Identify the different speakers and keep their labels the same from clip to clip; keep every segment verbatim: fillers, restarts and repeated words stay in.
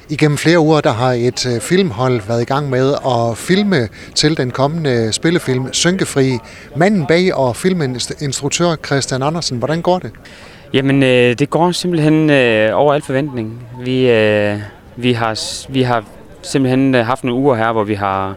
Speaker 1: Igennem flere uger der har et øh, filmhold været i gang med at filme til den kommende spillefilm Synkefri. Manden bag og filminstruktør Christian Andersen, hvordan går det?
Speaker 2: Jamen, øh, det går simpelthen øh, over al forventning. Vi, øh, vi, har, vi har simpelthen haft nogle uger her, hvor vi har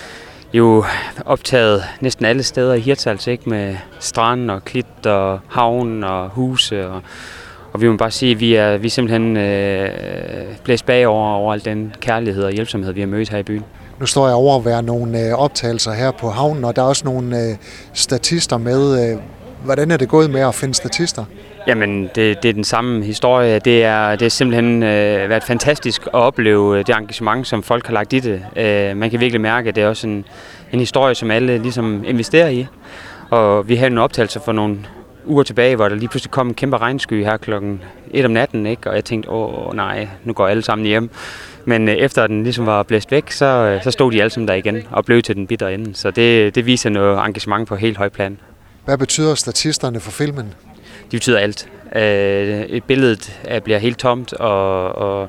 Speaker 2: jo optaget næsten alle steder i Hirtshals, ikke? Med strand og klit og havn og huse. Og, og vi må bare sige, at vi er, vi er simpelthen øh, blæst bagover over al den kærlighed og hjælpsomhed, vi har mødt her i byen.
Speaker 1: Nu står jeg over at være nogle øh, optagelser her på havnen, og der er også nogle øh, statister med. Øh, hvordan er det gået med at finde statister?
Speaker 2: Jamen, det, det er den samme historie. Det er, det er simpelthen øh, været fantastisk at opleve det engagement, som folk har lagt i det. Øh, man kan virkelig mærke, at det er også en, en historie, som alle ligesom investerer i. Og vi havde en optagelse for nogle uger tilbage, hvor der lige pludselig kom en kæmpe regnsky her klokken et om natten, ikke? Og jeg tænkte, åh nej, nu går alle sammen hjem. Men øh, efter den ligesom var blæst væk, så, så stod de alle sammen der igen og blev til den bitre ende. Så det, det viser noget engagement på helt høj plan.
Speaker 1: Hvad betyder statisterne for filmen?
Speaker 2: Det betyder alt. Et billede bliver helt tomt og, og,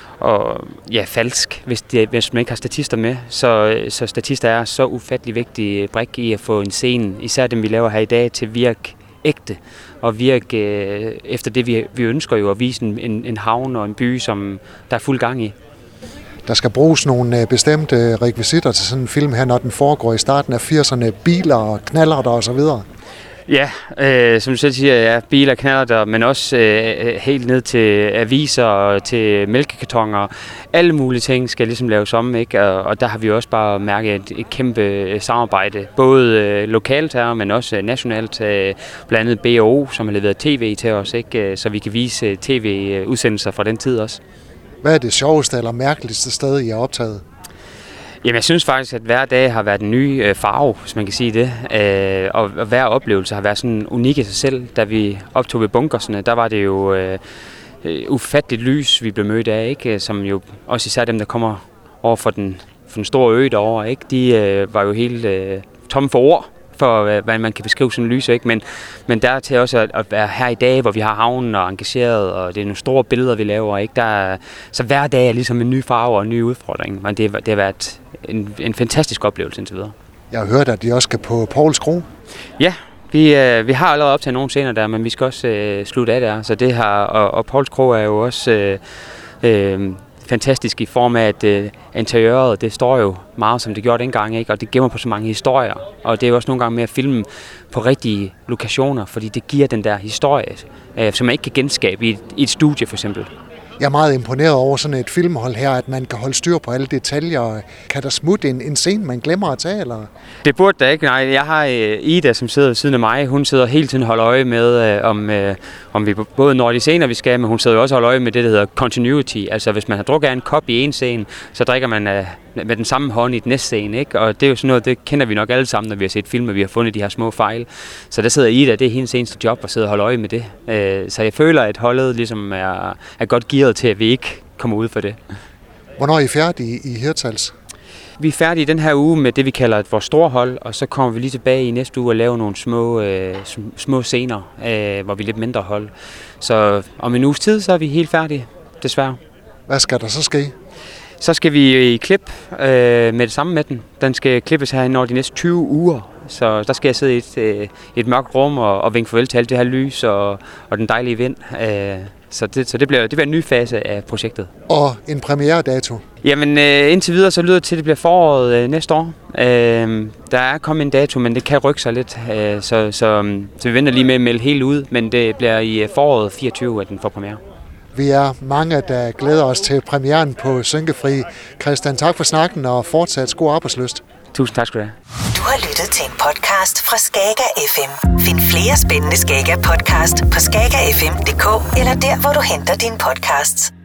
Speaker 2: og ja, falsk, hvis, det, hvis man ikke har statister med. Så, så statister er så ufattelig vigtige brik i at få en scene, især dem vi laver her i dag, til at virke ægte. Og virke øh, efter det, vi, vi ønsker jo at vise en, en havn og en by, som der er fuld gang i.
Speaker 1: Der skal bruges nogle bestemte rekvisitter til sådan en film her, når den foregår i starten af firserne. Biler og knallerter og så videre.
Speaker 2: Ja, øh, som du selv siger, ja, biler, knallerter, men også øh, helt ned til aviser og til mælkekartoner. Alle mulige ting skal ligesom laves om, ikke? Og, og der har vi også bare mærket et, et kæmpe samarbejde, både øh, lokalt her, men også nationalt. Øh, blandt andet B O, som har leveret tv til os, ikke? Så vi kan vise tv-udsendelser fra den tid også. Hvad
Speaker 1: er det sjoveste eller mærkeligste sted, I har optaget?
Speaker 2: Jamen, jeg synes faktisk, at hver dag har været en ny øh, farve, hvis man kan sige det. Øh, og, og hver oplevelse har været sådan unik i sig selv. Da vi optog ved bunkersene, der var det jo øh, ufatteligt lys, vi blev mødt af, ikke? Som jo også især dem, der kommer over for den, for den store ø derovre, ikke? De øh, var jo helt øh, tomme for ord, for hvad man kan beskrive sådan lys, ikke? Men, men der til også at, at være her i dag, hvor vi har havnen og engageret, og det er nogle store billeder, vi laver, ikke? Der, så hver dag er ligesom en ny farve og en ny udfordring. Men det, det har været en, en fantastisk oplevelse indtil videre.
Speaker 1: Jeg har hørt, at de også skal på Povls Kro.
Speaker 2: Ja, vi, øh, vi har allerede optaget nogle scener der, men vi skal også øh, slutte af der. Så det her, og, og Povls Kro er jo også øh, øh, fantastisk i form af, at øh, interiøret, det står jo meget, som det gjorde dengang, ikke? Og det gemmer på så mange historier. Og det er jo også nogle gange med at filme på rigtige lokationer, fordi det giver den der historie, øh, som man ikke kan genskabe i et, i et studie for eksempel.
Speaker 1: Jeg er meget imponeret over sådan et filmhold her, at man kan holde styr på alle detaljer. Kan der smutte en, en scene, man glemmer at tage, eller?
Speaker 2: Det burde der ikke. Nej, jeg har øh, Ida, som sidder ved siden af mig. Hun sidder hele tiden og holder øje med, øh, om, øh, om vi både når de scener, vi skal, men hun sidder jo også og holder øje med det, der hedder continuity. Altså, hvis man har drukket af en kop i en scene, så drikker man øh, med den samme hånd i den næste scene, ikke? Og det er jo sådan noget, det kender vi nok alle sammen, når vi har set film, og vi har fundet de her små fejl. Så der sidder Ida, det er hendes eneste job at sidde og holde øje med det. Øh, så jeg føler, at holdet ligesom er, er godt gearet til, at vi ikke kommer ud for det.
Speaker 1: Hvornår er I færdige i Hirtshals?
Speaker 2: Vi er færdige den her uge med det, vi kalder vores store hold, og så kommer vi lige tilbage i næste uge og lave nogle små, øh, små scener, øh, hvor vi er lidt mindre hold. Så om en uges tid, så er vi helt færdige, desværre.
Speaker 1: Hvad skal der så ske?
Speaker 2: Så skal vi i klip øh, med det samme med den. Den skal klippes her over de næste tyve uger. Så der skal jeg sidde i et, øh, et mørkt rum og, og vinke farvel til alt det her lys og, og den dejlige vind. Øh, så det, så det, bliver, det bliver en ny fase af projektet.
Speaker 1: Og en premieredato?
Speaker 2: Jamen øh, indtil videre så lyder det til, at det bliver foråret øh, næste år. Øh, der er kommet en dato, men det kan rykke sig lidt. Øh, så, så, så vi venter lige med at melde helt ud, men det bliver i foråret fireogtyve, at den får premiere.
Speaker 1: Vi er mange, der glæder os til premieren på Synkefri. Christian, tak for snakken og fortsat god arbejdslyst.
Speaker 2: Tusind tak skal du have.
Speaker 3: Du har lyttet til en podcast fra Skager F M. Find flere spændende Skager podcast på skager f m punktum d k eller der, hvor du henter dine podcasts.